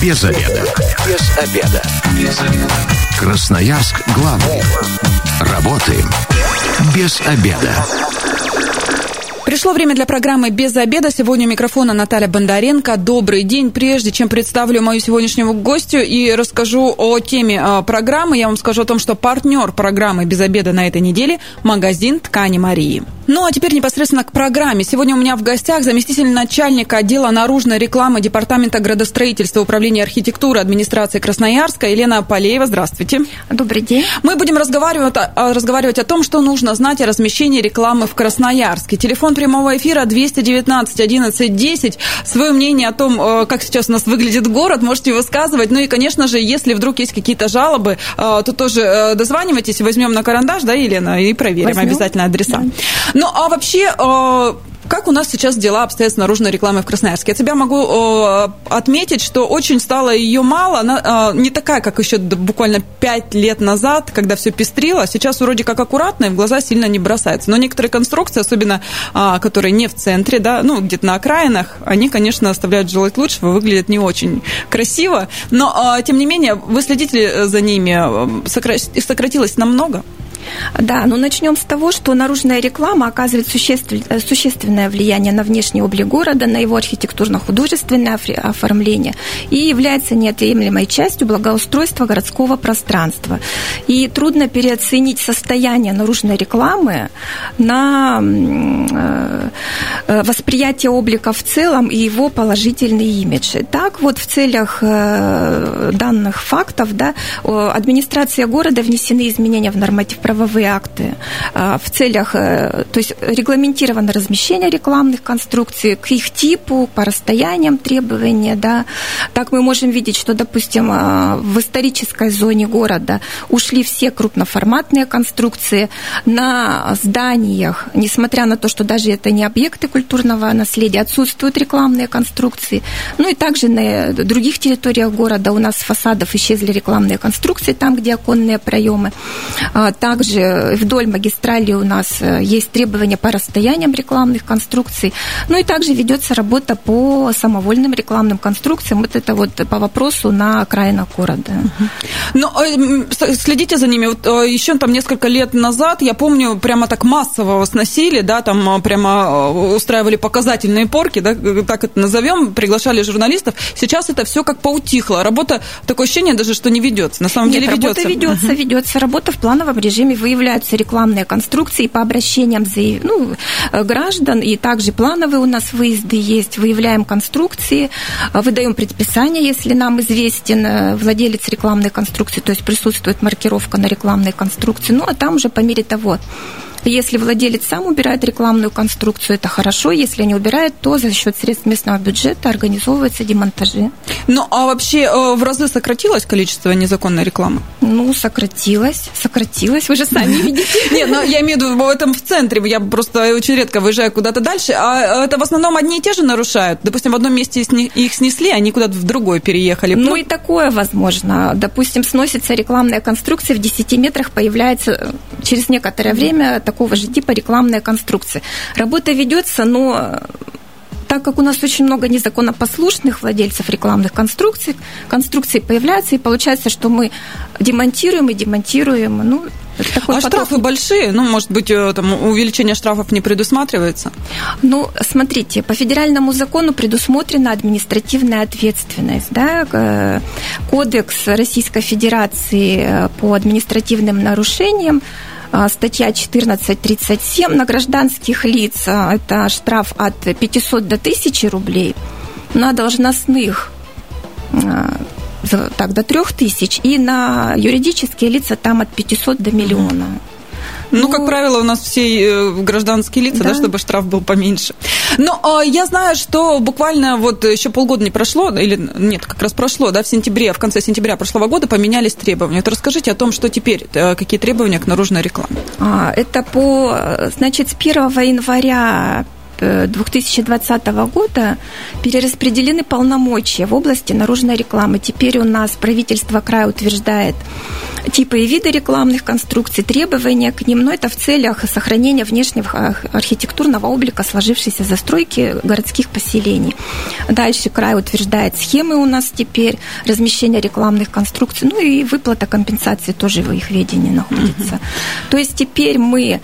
Без обеда. Без обеда. Без обеда. Красноярск главный. Работаем без обеда. Пришло время для программы «Без обеда». Сегодня у микрофона Наталья Бондаренко. Добрый день. Прежде чем представлю мою сегодняшнюю гостью и расскажу о теме программы, я вам скажу о том, что партнер программы «Без обеда» на этой неделе – магазин «Ткани Марии». Ну, а теперь непосредственно к программе. Сегодня у меня в гостях заместитель начальника отдела наружной рекламы Департамента градостроительства Управления архитектуры администрации Красноярска Елена Полеева. Здравствуйте. Добрый день. Мы будем разговаривать о том, что нужно знать о размещении рекламы в Красноярске. Телефон прямого эфира 219 11 10. Свое мнение о том, как сейчас у нас выглядит город, можете высказывать. Ну и, конечно же, если вдруг есть какие-то жалобы, то тоже дозванивайтесь, возьмем на карандаш, да, Елена, и проверим обязательно адреса. Да. Ну, а вообще, как у нас сейчас дела обстоят с наружной рекламой в Красноярске? От себя могу отметить, что очень стало ее мало. Она не такая, как еще буквально 5 лет назад, когда все пестрило. Сейчас вроде как аккуратно и в глаза сильно не бросается. Но некоторые конструкции, особенно которые не в центре, да, ну, где-то на окраинах, они, конечно, оставляют желать лучшего, выглядят не очень красиво. Но, тем не менее, вы следите за ними, сократилось намного? Да, но начнем с того, что наружная реклама оказывает существенное влияние на внешний облик города, на его архитектурно-художественное оформление и является неотъемлемой частью благоустройства городского пространства. И трудно переоценить состояние наружной рекламы на восприятие облика в целом и его положительный имидж. Так вот, в целях данных фактов, да, администрация города внесены изменения в нормативно-правовые акты в целях, то есть регламентировано размещение рекламных конструкций к их типу, по расстояниям требования, да. Так мы можем видеть, что, допустим, в исторической зоне города ушли все крупноформатные конструкции. На зданиях, несмотря на то, что даже это не объекты культурного наследия, отсутствуют рекламные конструкции. Ну и также на других территориях города у нас с фасадов исчезли рекламные конструкции, там, где оконные проемы. Также вдоль магистрали у нас есть требования по расстояниям рекламных конструкций. Ну и также ведется работа по самовольным рекламным конструкциям. Вот это вот по вопросу на окраинах города. Но следите за ними. Вот еще там несколько лет назад, я помню, прямо так массово сносили, да, там прямо устраивали показательные порки, да, так это назовем, приглашали журналистов. Сейчас это все как поутихло. Работа, такое ощущение даже, что не ведется. На самом деле ведется. Работа ведется. Работа в плановом режиме. Выявляются рекламные конструкции по обращениям граждан, и также плановые у нас выезды есть. Выявляем конструкции, выдаем предписание, если нам известен владелец рекламной конструкции, то есть присутствует маркировка на рекламной конструкции. Ну, а там уже по мере того, если владелец сам убирает рекламную конструкцию, это хорошо. Если не убирает, то за счет средств местного бюджета организовываются демонтажи. Ну, а вообще в разы сократилось количество незаконной рекламы? Ну, сократилось. Вы же сами видите. Нет, но я имею в виду в этом в центре. Я просто очень редко выезжаю куда-то дальше. А это в основном одни и те же нарушают? Допустим, в одном месте их снесли, они куда-то в другое переехали. Ну, и такое возможно. Допустим, сносится рекламная конструкция, в 10 метрах появляется через некоторое время такого же типа рекламная конструкция. Работа ведется, но так как у нас очень много незаконнопослушных владельцев рекламных конструкций появляются, и получается, что мы демонтируем. Ну, штрафы большие? Ну, может быть, там увеличение штрафов не предусматривается? Ну, смотрите, по федеральному закону предусмотрена административная ответственность. Да? Кодекс Российской Федерации по административным нарушениям, статья 14.37 на гражданских лиц, это штраф от 500 до 1000 рублей, на должностных до 3000, и на юридические лица там от 500 до миллиона. Ну, как правило, у нас все гражданские лица, да, чтобы штраф был поменьше. Но я знаю, что буквально вот еще полгода не прошло, или нет, как раз прошло, да, в конце сентября прошлого года поменялись требования. Вот расскажите о том, что теперь, какие требования к наружной рекламе. Это с 1 января 2020 года перераспределены полномочия в области наружной рекламы. Теперь у нас правительство края утверждает типы и виды рекламных конструкций, требования к ним, но это в целях сохранения внешнего архитектурного облика сложившейся застройки городских поселений. Дальше край утверждает схемы у нас теперь, размещение рекламных конструкций, ну и выплата компенсации тоже в их ведении находится. То есть теперь мы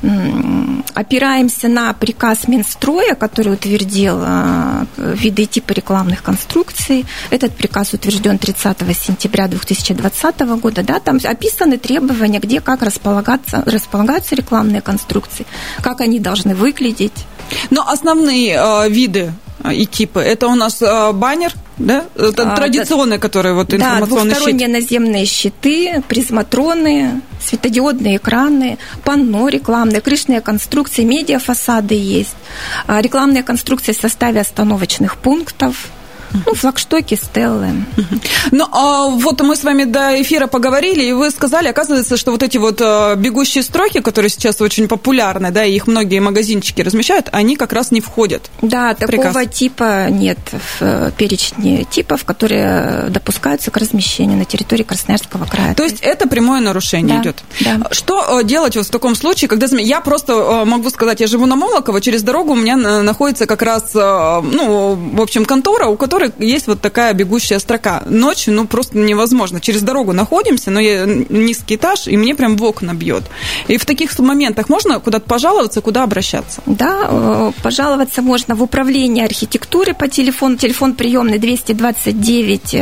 опираемся на приказ Минстроя, который утвердил виды и типы рекламных конструкций. Этот приказ утвержден 30 сентября 2020 года. Да, там описаны требования, где как располагаются рекламные конструкции, как они должны выглядеть. Но основные виды и типы, это у нас баннер, да? Это традиционные, которые вот информационные щиты. Двухсторонние наземные щиты, призматроны, светодиодные экраны, панно рекламные, крышные конструкции, медиафасады есть, рекламные конструкции в составе остановочных пунктов. Ну, флагштоки, стеллы. Ну, вот мы с вами до эфира поговорили, и вы сказали, оказывается, что вот эти вот бегущие строки, которые сейчас очень популярны, да, и их многие магазинчики размещают, они как раз не входят. Да, такого типа нет в перечне типов, которые допускаются к размещению на территории Красноярского края. То есть это прямое нарушение идет. Да. Что делать вот в таком случае, когда я просто могу сказать, я живу на Молоково, через дорогу у меня находится как раз, ну, в общем, контора, у которой есть вот такая бегущая строка. Ночью, ну, просто невозможно. Через дорогу находимся, но я низкий этаж, и мне прям в окна бьет. И в таких моментах можно куда-то пожаловаться, куда обращаться? Да, пожаловаться можно в управление архитектуры по телефону. Телефон приемный 229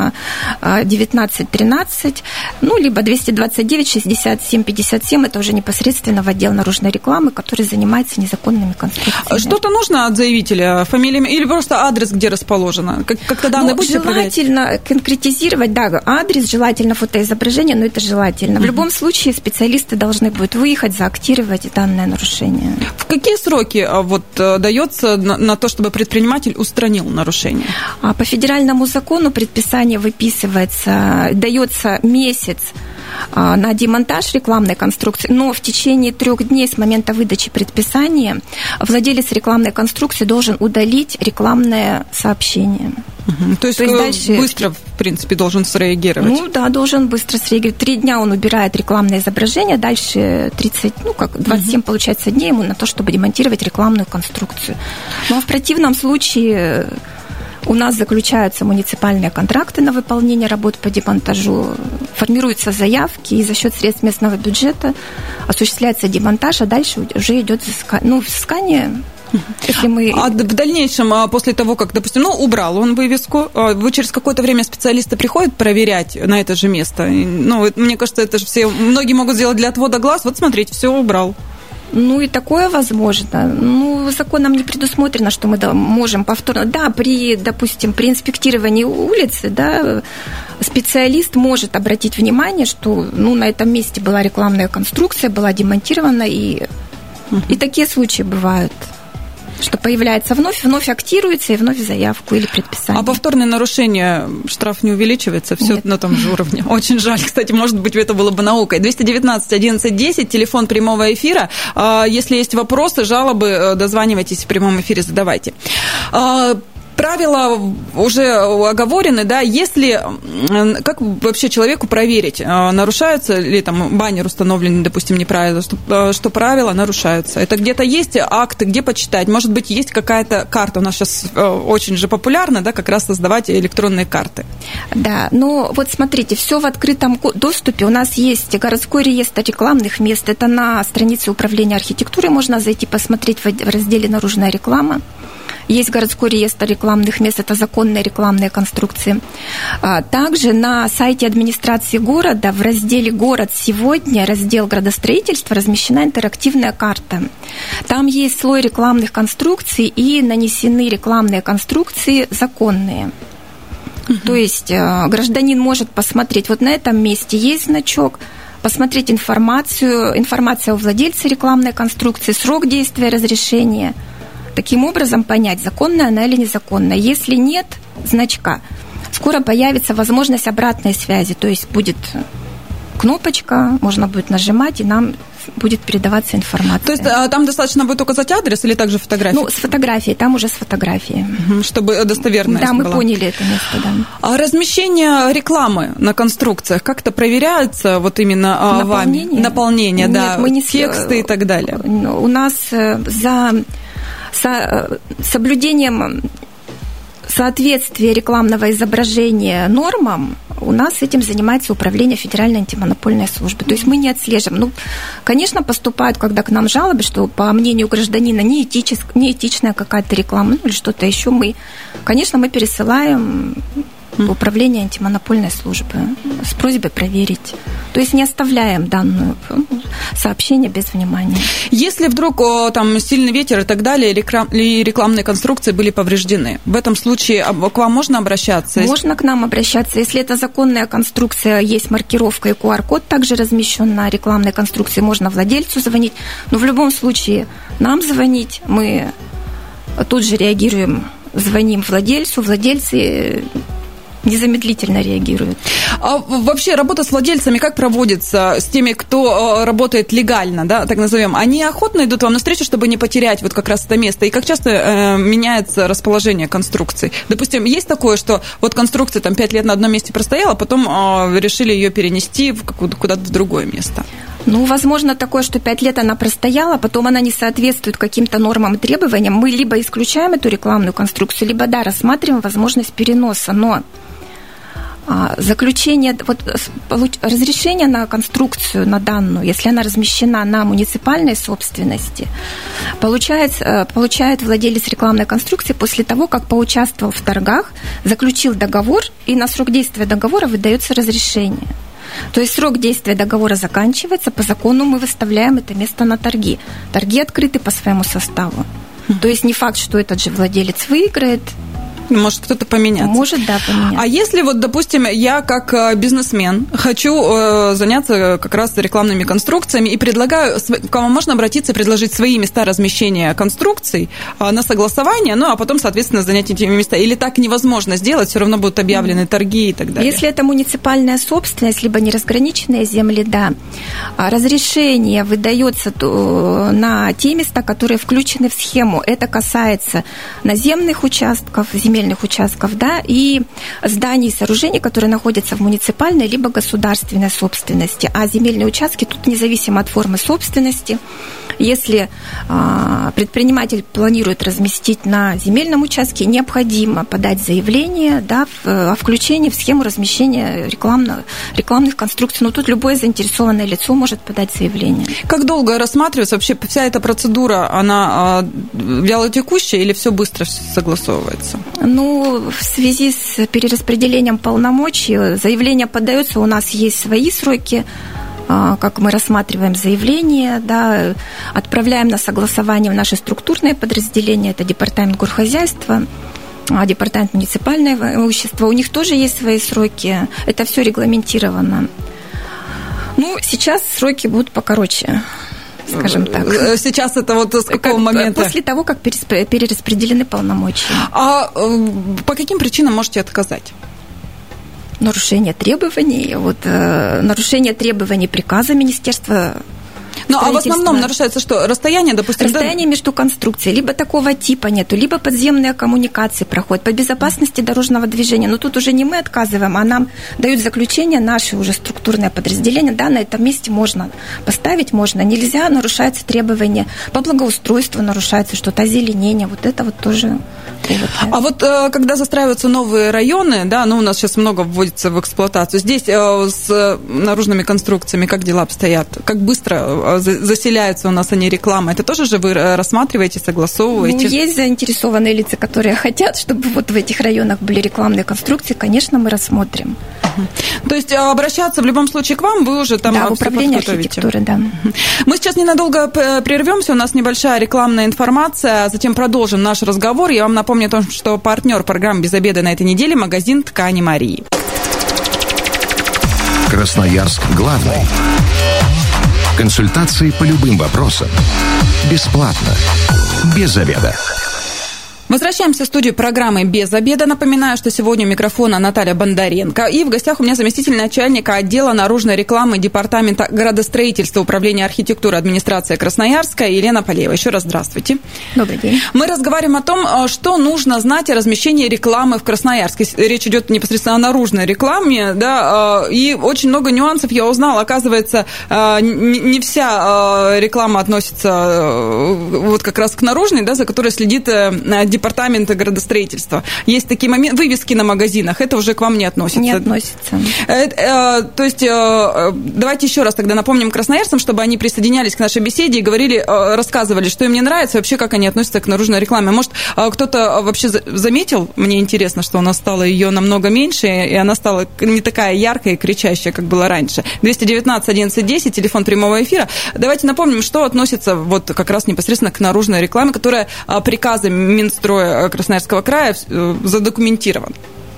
19 13, ну, либо 229 67 57. Это уже непосредственно в отдел наружной рекламы, который занимается незаконными конструкциями. Что-то нужно от заявителя? Фамилия или просто адрес, где расположено? Как-то данные будете проверять? Желательно конкретизировать, да, адрес, желательно фотоизображение, но это желательно. В любом случае специалисты должны будут выехать, заактировать данное нарушение. В какие сроки вот дается на то, чтобы предприниматель устранил нарушение? По федеральному закону предписание выписывается, дается месяц на демонтаж рекламной конструкции, но в течение 3 дней с момента выдачи предписания владелец рекламной конструкции должен удалить рекламное сообщение. То есть дальше быстро, в принципе, должен среагировать? Ну да, должен быстро среагировать. 3 дня он убирает рекламное изображение, дальше 27, получается, дней ему на то, чтобы демонтировать рекламную конструкцию. Но в противном случае у нас заключаются муниципальные контракты на выполнение работ по демонтажу, формируются заявки, и за счет средств местного бюджета осуществляется демонтаж, а дальше уже идет взыскание. А в дальнейшем, после того, как, допустим, убрал он вывеску, вы через какое-то время специалисты приходят проверять на это же место? Ну, мне кажется, это же многие могут сделать для отвода глаз. Вот смотрите, все убрал. Ну, и такое возможно. Ну, законом не предусмотрено, что мы можем повторно... Да, допустим, при инспектировании улицы, да, специалист может обратить внимание, что, на этом месте была рекламная конструкция, была демонтирована, и такие случаи бывают. Что появляется вновь актируется, и вновь заявку или предписание. А повторное нарушение, штраф не увеличивается, все на том же уровне. Очень жаль, кстати, может быть, это было бы наукой. 219 11 10, телефон прямого эфира. Если есть вопросы, жалобы, дозванивайтесь в прямом эфире, задавайте. Правила уже оговорены, да, если, как вообще человеку проверить, нарушаются ли там баннер установленный, допустим, неправильно, что правила нарушаются? Это где-то есть акты, где почитать? Может быть, есть какая-то карта? У нас сейчас очень же популярно, да, как раз создавать электронные карты. Да, вот смотрите, все в открытом доступе. У нас есть городской реестр рекламных мест. Это на странице управления архитектурой можно зайти посмотреть в разделе «Наружная реклама». Есть городской реестр рекламных мест, это законные рекламные конструкции. Также на сайте администрации города в разделе «Город сегодня», раздел градостроительства, размещена интерактивная карта. Там есть слой рекламных конструкций и нанесены рекламные конструкции законные. То есть гражданин может посмотреть, вот на этом месте есть значок, посмотреть информация о владельце рекламной конструкции, срок действия разрешения. Таким образом понять, законная она или незаконная. Если нет значка, скоро появится возможность обратной связи. То есть будет кнопочка, можно будет нажимать, и нам будет передаваться информация. То есть там достаточно будет указать адрес или также фотографии? Ну, с фотографией, там уже с фотографией. Чтобы достоверность была. Да, мы была. поняли это место, да. А размещение рекламы на конструкциях как-то проверяется вот именно вами? Наполнение, да. Нет, мы не... Тексты и так далее. У нас за соблюдением соответствия рекламного изображения нормам у нас этим занимается Управление Федеральной антимонопольной службы. То есть мы не отслеживаем. Ну, конечно, поступают, когда к нам жалобы, что, по мнению гражданина, неэтичная какая-то реклама, ну, или что-то еще. Конечно, мы пересылаем в Управление антимонопольной службы с просьбой проверить. То есть не оставляем данное сообщение без внимания. Если вдруг там сильный ветер и так далее, или рекламные конструкции были повреждены, в этом случае к вам можно обращаться? Можно к нам обращаться. Если это законная конструкция, есть маркировка и QR-код также размещен на рекламной конструкции, можно владельцу звонить. Но в любом случае нам звонить, мы тут же реагируем, звоним владельцу, владельцы незамедлительно реагируют. А вообще работа с владельцами как проводится, с теми, кто работает легально, да, так назовем? Они охотно идут вам навстречу, чтобы не потерять вот как раз это место? И как часто меняется расположение конструкций? Допустим, есть такое, что вот конструкция там 5 лет на одном месте простояла, потом решили ее перенести куда-то в другое место? Ну, возможно, такое, что 5 лет она простояла, потом она не соответствует каким-то нормам и требованиям. Мы либо исключаем эту рекламную конструкцию, либо, да, рассматриваем возможность переноса. Но заключение, вот, разрешение на конструкцию, на данную, если она размещена на муниципальной собственности, получает владелец рекламной конструкции после того, как поучаствовал в торгах, заключил договор, и на срок действия договора выдается разрешение. То есть срок действия договора заканчивается, по закону мы выставляем это место на торги. Торги открыты по своему составу. То есть не факт, что этот же владелец выиграет. Может кто-то поменяться. Может, да, поменяться. А если вот, допустим, я как бизнесмен хочу заняться как раз рекламными конструкциями и предлагаю, к вам можно обратиться и предложить свои места размещения конструкций на согласование, ну, а потом, соответственно, занять эти места? Или так невозможно сделать, все равно будут объявлены торги и так далее? Если это муниципальная собственность, либо неразграниченные земли, да, разрешение выдается на те места, которые включены в схему. Это касается наземных участков, земельных участков, да, и зданий и сооружений, которые находятся в муниципальной либо государственной собственности. А земельные участки тут независимо от формы собственности. Если предприниматель планирует разместить на земельном участке, необходимо подать заявление, да, о включении в схему размещения рекламных конструкций. Но тут любое заинтересованное лицо может подать заявление. Как долго рассматривается вообще вся эта процедура? Она вялотекущая или все быстро согласовывается? Ну, в связи с перераспределением полномочий заявление подается, у нас есть свои сроки, как мы рассматриваем заявление, да, отправляем на согласование в наши структурные подразделения, это департамент горхозяйства, департамент муниципального имущества, у них тоже есть свои сроки, это все регламентировано. Ну, сейчас сроки будут покороче, скажем так. Сейчас это вот с какого момента? После того, как перераспределены полномочия. А по каким причинам можете отказать? Нарушение требований, нарушение требований приказа Министерства. Ну, а в основном нарушается что? Расстояние, допустим? Расстояние между конструкцией. Либо такого типа нету, либо подземные коммуникации проходят по безопасности дорожного движения. Но тут уже не мы отказываем, а нам дают заключение наши уже структурные подразделения. Да, на этом месте можно поставить, можно. Нельзя, нарушаются требования. По благоустройству нарушается что-то, озеленение. Вот это вот тоже... А вот когда застраиваются новые районы, да, ну, у нас сейчас много вводится в эксплуатацию, здесь с наружными конструкциями как дела обстоят? Как быстро заселяются у нас они рекламой? Это тоже же вы рассматриваете, согласовываете? Ну, есть заинтересованные лица, которые хотят, чтобы вот в этих районах были рекламные конструкции, конечно, мы рассмотрим. То есть обращаться в любом случае к вам, вы уже там... Да, в управлении архитектуры, да. Мы сейчас ненадолго прервемся, у нас небольшая рекламная информация, затем продолжим наш разговор. Я вам напомню о том, что партнер программы «Без обеда» на этой неделе – магазин «Ткани Марии». Красноярск главный. Консультации по любым вопросам. Бесплатно. Без обеда. Возвращаемся в студию программы «Без обеда». Напоминаю, что сегодня у микрофона Наталья Бондаренко. И в гостях у меня заместитель начальника отдела наружной рекламы Департамента градостроительства Управления архитектуры администрации Красноярска Елена Полеева. Еще раз здравствуйте. Добрый день. Мы разговариваем о том, что нужно знать о размещении рекламы в Красноярске. Речь идет непосредственно о наружной рекламе, да, и очень много нюансов я узнала. Оказывается, не вся реклама относится вот как раз к наружной, да, за которой следит Департамента градостроительства. Есть такие моменты, вывески на магазинах, это уже к вам не относится. Не относится. То есть, давайте еще раз тогда напомним красноярцам, чтобы они присоединялись к нашей беседе и говорили, рассказывали, что им не нравится, вообще, как они относятся к наружной рекламе. Может, кто-то вообще заметил, мне интересно, что у нас стало ее намного меньше, и она стала не такая яркая и кричащая, как было раньше. 219-11-10, телефон прямого эфира. Давайте напомним, что относится вот как раз непосредственно к наружной рекламе, которая приказом Минстроя Красноярского края задокументирован.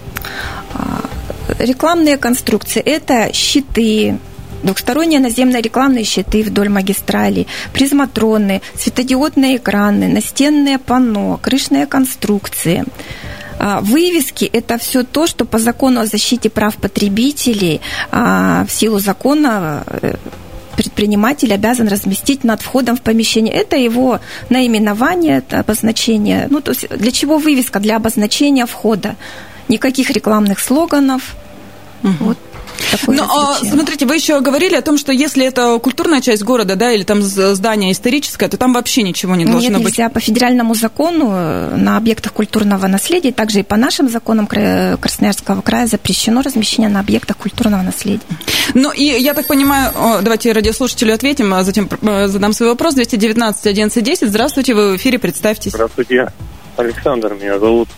Рекламные конструкции – это щиты, двухсторонние наземные рекламные щиты вдоль магистралей, призматроны, светодиодные экраны, настенные панно, крышные конструкции. Вывески – это все то, что по закону о защите прав потребителей в силу закона предприниматель обязан разместить над входом в помещение. Это его наименование, это обозначение. Ну, то есть для чего вывеска? Для обозначения входа. Никаких рекламных слоганов. Вот. Но, смотрите, вы еще говорили о том, что если это культурная часть города, да, или там здание историческое, то там вообще ничего не должно быть. Нельзя. По федеральному закону на объектах культурного наследия, также и по нашим законам Красноярского края запрещено размещение на объектах культурного наследия. Ну, и я так понимаю, давайте радиослушателю ответим, а затем задам свой вопрос. 219-11-10. Здравствуйте, вы в эфире, представьтесь. Здравствуйте, Александр меня зовут.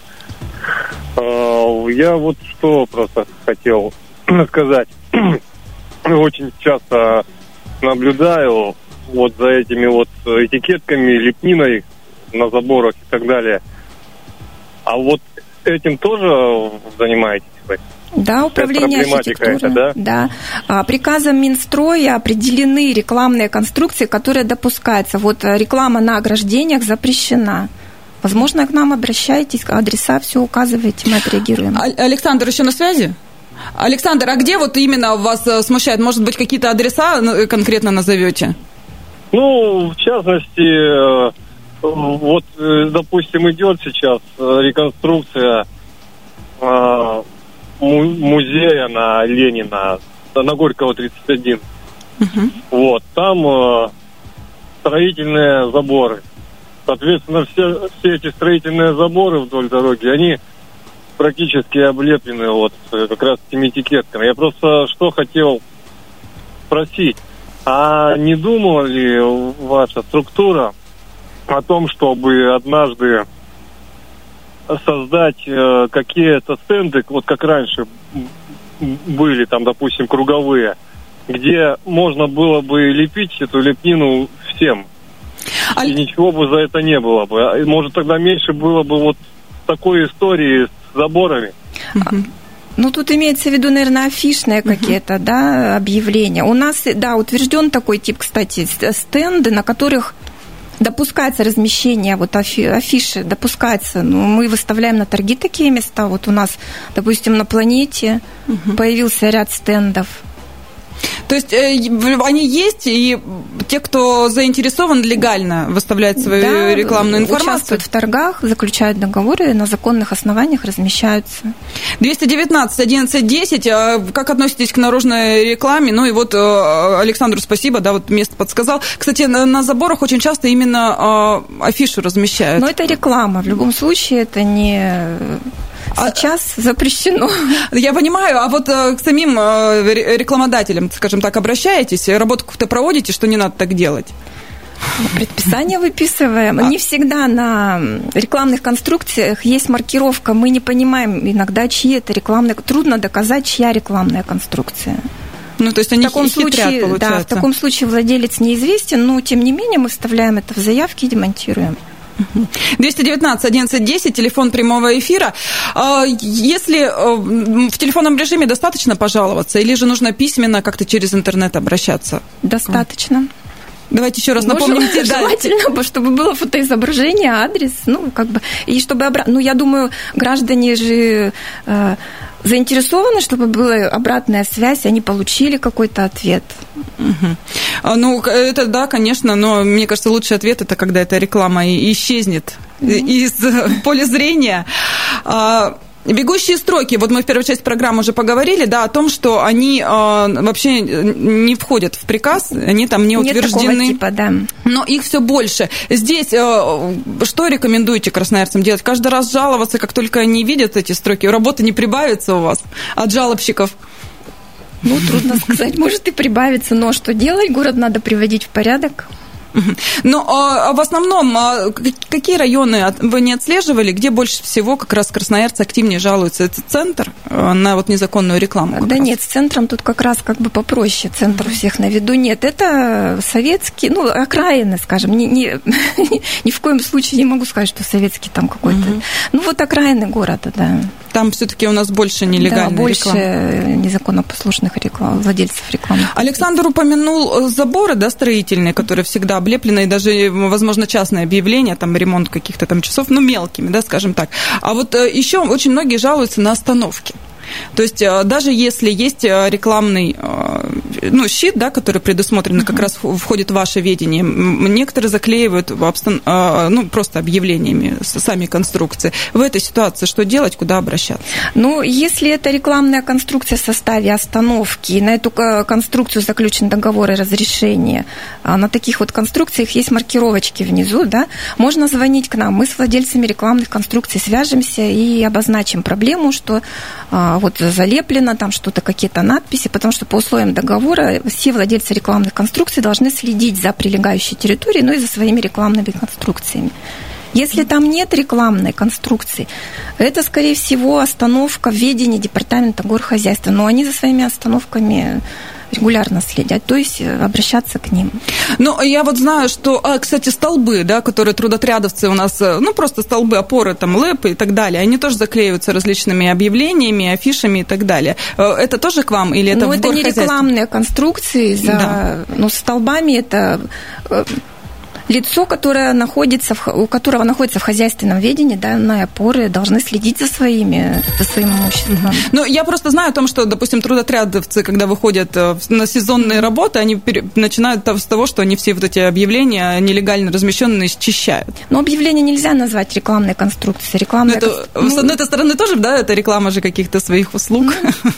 Я вот что просто хотел сказать. Очень часто наблюдаю вот за этими вот этикетками, лепниной на заборах и так далее. А вот этим тоже занимаетесь вы? Да, управление архитектуры. Да. Приказом Минстроя определены рекламные конструкции, которые допускаются. Вот реклама на ограждениях запрещена. Возможно, к нам обращайтесь, адреса все указываете, мы отреагируем. Александр еще на связи? Александр, а где вот именно вас смущает? Может быть, какие-то адреса конкретно назовете? Ну, в частности, вот, допустим, идет сейчас реконструкция музея на Ленина, на Горького 31. Вот, там строительные заборы. Соответственно, все эти строительные заборы вдоль дороги, они практически облеплены вот как раз этими этикетками. Я просто что хотел спросить, а не думала ли ваша структура о том, чтобы однажды создать какие-то стенды, вот как раньше были там, допустим, круговые, где можно было бы лепить эту лепнину всем, и ничего бы за это не было бы. Может, тогда меньше было бы вот такой истории с заборами. Ну, тут имеется в виду, наверное, афишные какие-то, да, объявления. У нас, да, утвержден такой тип, кстати, стенды, на которых допускается размещение, вот афиши допускается. Ну, мы выставляем на торги такие места. Вот у нас, допустим, на Планете появился ряд стендов. То есть они есть, и те, кто заинтересован, легально выставляют свою рекламную информацию? Участвуют в торгах, заключают договоры, на законных основаниях размещаются. 219-11-10. Как относитесь к наружной рекламе? Ну и вот Александру спасибо, да, вот место подсказал. Кстати, на заборах очень часто именно афишу размещают. Но это реклама. В любом случае это не... Сейчас запрещено. Я понимаю, а вот к самим рекламодателям, скажем так, обращаетесь, работу как-то проводите, что не надо так делать? Предписание выписываем. Не всегда на рекламных конструкциях есть маркировка. Мы не понимаем иногда, чьи это рекламные... Трудно доказать, чья рекламная конструкция. Ну, то есть они хитрят, получается. Да, в таком случае владелец неизвестен, но, тем не менее, мы вставляем это в заявки и демонтируем. 219-11-10, телефон прямого эфира. Если в телефонном режиме достаточно пожаловаться, или же нужно письменно как-то через интернет обращаться? Достаточно. Давайте еще раз напомним. Желательно, чтобы было фотоизображение, адрес, и чтобы... я думаю, граждане же заинтересованы, чтобы была обратная связь, они получили какой-то ответ. Это да, конечно, но мне кажется, лучший ответ – это когда эта реклама исчезнет из поля зрения. Бегущие строки, вот мы в первой части программы уже поговорили, да, о том, что они вообще не входят в приказ, они там не утверждены. Нет такого типа, да. Но их все больше. Здесь что рекомендуете красноярцам делать? Каждый раз жаловаться, как только они видят эти строки? Работа не прибавится у вас от жалобщиков? Трудно сказать. Может и прибавится, но что делать? Город надо приводить в порядок. Но в основном, какие районы вы не отслеживали, где больше всего как раз красноярцы активнее жалуются? Это центр на незаконную рекламу? Да нет, с центром тут как раз попроще, центр у всех на виду. Нет, это советские, окраины, скажем, ни в коем случае не могу сказать, что советский там какой-то. Окраины города, да. Там все-таки у нас больше нелегальной рекламы. Да, больше незаконнопослушных владельцев рекламы. Александр упомянул заборы, да, строительные, которые всегда облеплены, и даже, возможно, частные объявления, там, ремонт каких-то там часов, мелкими, да, скажем так. А вот еще очень многие жалуются на остановки. То есть даже если есть рекламный щит, да, который предусмотрен, как раз входит в ваше ведение, некоторые заклеивают просто объявлениями сами конструкции. В этой ситуации что делать, куда обращаться? Если это рекламная конструкция в составе остановки, и на эту конструкцию заключен договор и разрешение, на таких конструкциях есть маркировочки внизу, да, можно звонить к нам. Мы с владельцами рекламных конструкций свяжемся и обозначим проблему, что залеплено, там что-то, какие-то надписи, потому что по условиям договора все владельцы рекламных конструкций должны следить за прилегающей территорией, и за своими рекламными конструкциями. Если там нет рекламной конструкции, это, скорее всего, остановка в ведении департамента горхозяйства, но они за своими остановками регулярно следят, то есть обращаться к ним. Я знаю, что, кстати, столбы, да, которые трудотрядовцы у нас, просто столбы, опоры, там, ЛЭП и так далее, они тоже заклеиваются различными объявлениями, афишами и так далее. Это тоже к вам или это в горхозяйстве? Это не рекламные конструкции, столбами это... Лицо, у которого находится в хозяйственном ведении, данные опоры должны следить за своим имуществом. Я просто знаю о том, что, допустим, трудотрядовцы, когда выходят на сезонные работы, они начинают с того, что они все эти объявления нелегально размещенные счищают. Но объявление нельзя назвать рекламной конструкцией. С одной стороны тоже, да, это реклама же каких-то своих услуг.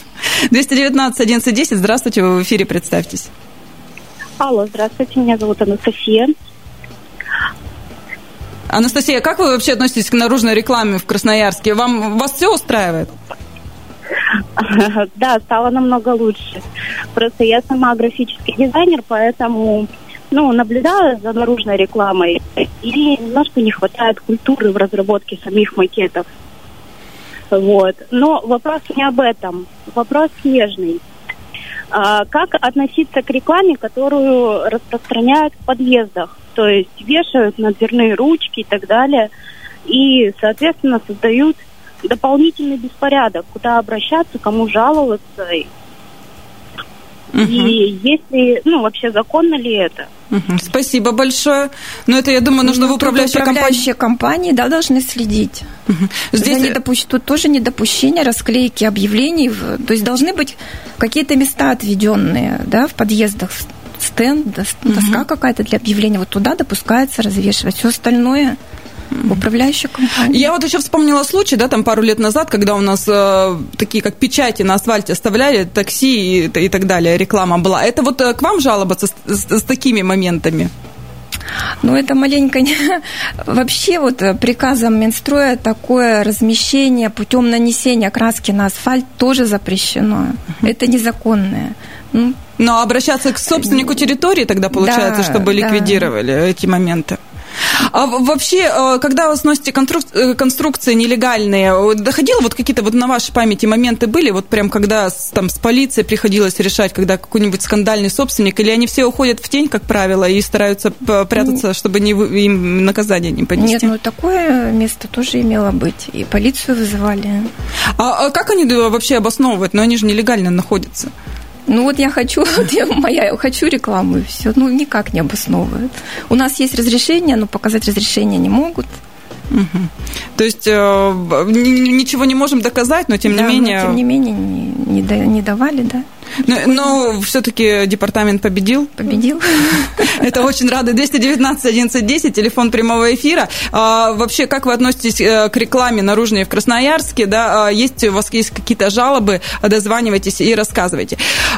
219-11-10, здравствуйте, вы в эфире, представьтесь. Алло, здравствуйте, меня зовут Анастасия. Анастасия, как вы вообще относитесь к наружной рекламе в Красноярске? Вас все устраивает? Да, стало намного лучше. Просто я сама графический дизайнер, поэтому наблюдаю за наружной рекламой. И немножко не хватает культуры в разработке самих макетов. Но вопрос не об этом. Вопрос смежный. Как относиться к рекламе, которую распространяют в подъездах? То есть вешают на дверные ручки и так далее. И, соответственно, создают дополнительный беспорядок. Куда обращаться, кому жаловаться. И если, вообще законно ли это? Спасибо большое. Но это, я думаю, нужно в управляющей компании, да, должны следить. Здесь тут тоже недопущение расклейки объявлений. То есть должны быть какие-то места отведенные, да, в подъездах, стенд, доска какая-то для объявления. Вот туда допускается развешивать. Все остальное управляющая компания. Я еще вспомнила случай, да, там пару лет назад, когда у нас такие как печати на асфальте оставляли, такси и так далее, реклама была. Это к вам жаловаться с такими моментами? Это маленько... Вообще приказом Минстроя такое размещение путем нанесения краски на асфальт тоже запрещено. Это незаконное. Но обращаться к собственнику территории тогда получается, да, чтобы ликвидировали эти моменты. А вообще, когда вы сносите конструкции нелегальные, доходило какие-то на вашей памяти моменты были, прям когда с полицией приходилось решать, когда какой-нибудь скандальный собственник, или они все уходят в тень, как правило, и стараются прятаться, чтобы им наказание не понести? Нет, такое место тоже имело быть, и полицию вызывали. А как они вообще обосновывают? Они же нелегально находятся. Ну вот я хочу рекламу, и все. Ну, никак не обосновывают. У нас есть разрешение, но показать разрешение не могут. Угу. То есть ничего не можем доказать, но тем не менее... Но, тем не менее, не давали, да. Но все-таки департамент победил. Победил. Это очень рады. 219-11-10, телефон прямого эфира. Вообще, как вы относитесь к рекламе наружной в Красноярске? Да? У вас есть какие-то жалобы, дозванивайтесь и рассказывайте.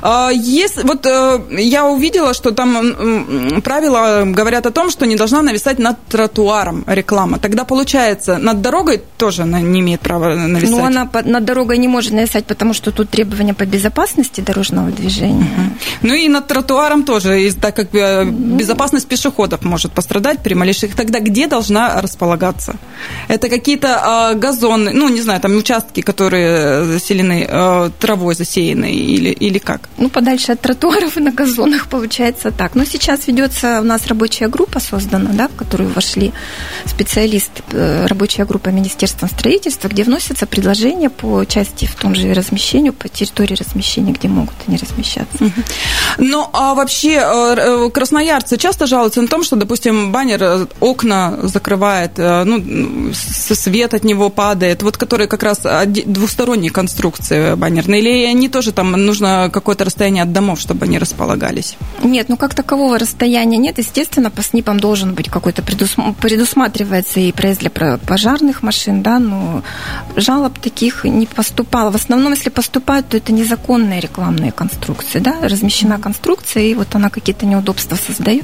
Вот я увидела, что там правила говорят о том, что не должна нависать над тротуаром реклама. Тогда, получается, над дорогой тоже она не имеет права нависать? Ну, она над дорогой не может нависать, потому что тут требования по безопасности дорожного движения. Ну и над тротуаром тоже, так как безопасность пешеходов может пострадать при малейших. Тогда где должна располагаться? Это какие-то газоны, ну, не знаю, там участки, которые заселены травой, засеяны или как? Ну, подальше от тротуаров и на газонах получается так. Но сейчас ведется у нас рабочая группа создана, да, в которую вошли специалисты, рабочая группа Министерства строительства, где вносятся предложения по части в том же размещению, по территории размещения, где могут они размещаться. Ну, а вообще красноярцы часто жалуются на том, что, допустим, баннер окна закрывает, ну, свет от него падает, вот которые как раз двусторонние конструкции баннерные, или они тоже там нужно какое-то расстояние от домов, чтобы они располагались? Нет, ну как такового расстояния нет. Естественно, по СНИПам должен быть какой-то предусматривается и проезд для пожарных машин, да, но жалоб таких не поступало. В основном, если поступают, то это незаконные рекламные конструкции, да, размещена конструкция, и вот она какие-то неудобства создает.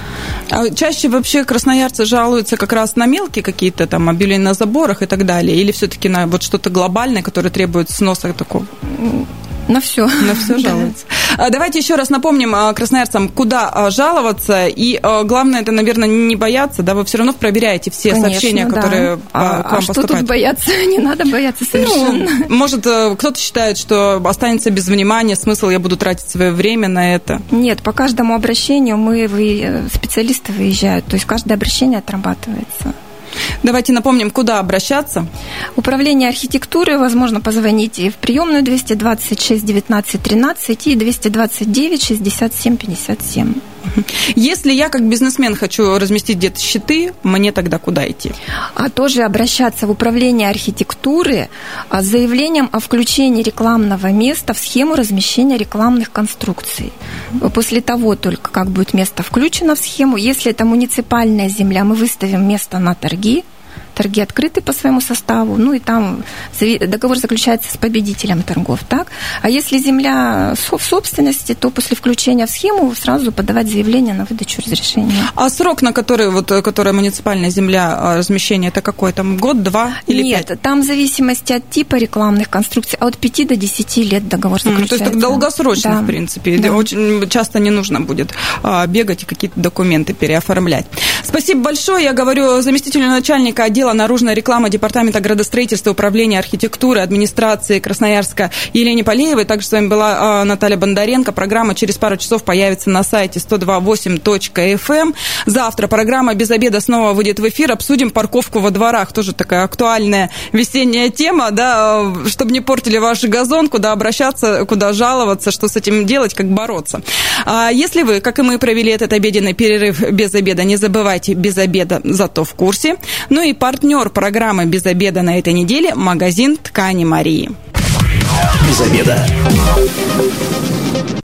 А чаще вообще красноярцы жалуются как раз на мелкие какие-то там объявления на заборах и так далее, или все-таки на вот что-то глобальное, которое требует сноса такого? На все. На все жалуются. Давайте еще раз напомним красноярцам, куда жаловаться. И главное, это, наверное, не бояться. Да, вы все равно проверяете все сообщения, которые к вам поступают. Что тут бояться? Не надо бояться совершенно. Ну, может, кто-то считает, что останется без внимания, смысл я буду тратить свое время на это? Нет, по каждому обращению специалисты выезжают. То есть каждое обращение отрабатывается. Давайте напомним, куда обращаться. Управление архитектуры, возможно, позвоните в приемную 226 19 13 и 229 67 57. Если я как бизнесмен хочу разместить где-то щиты, мне тогда куда идти? А тоже обращаться в управление архитектуры с заявлением о включении рекламного места в схему размещения рекламных конструкций. После того только, как будет место включено в схему, если это муниципальная земля, мы выставим место на торги. Торги открыты по своему составу, ну и там договор заключается с победителем торгов, так? А если земля в собственности, то после включения в схему сразу подавать заявление на выдачу разрешения. А срок, на который, которая муниципальная земля, размещение, это какой там, год, 2 или 5? Нет, там в зависимости от типа рекламных конструкций, от 5 до 10 лет договор заключается. То есть долгосрочно, да. В принципе, да. Очень часто не нужно будет бегать и какие-то документы переоформлять. Спасибо большое, я говорю заместителю начальника отдела наружной рекламы Департамента градостроительства, управления архитектуры, администрации Красноярска Елене Полеевой. Также с вами была Наталья Бондаренко. Программа через пару часов появится на сайте 102.8.fm. Завтра программа «Без обеда» снова выйдет в эфир. Обсудим парковку во дворах. Тоже такая актуальная весенняя тема, да, чтобы не портили ваш газон, куда обращаться, куда жаловаться, что с этим делать, как бороться. Если вы, как и мы, провели этот обеденный перерыв без обеда, не забывайте, без обеда зато в курсе. Ну и партнер программы «Без обеда» на этой неделе – магазин ткани Марии. Без обеда.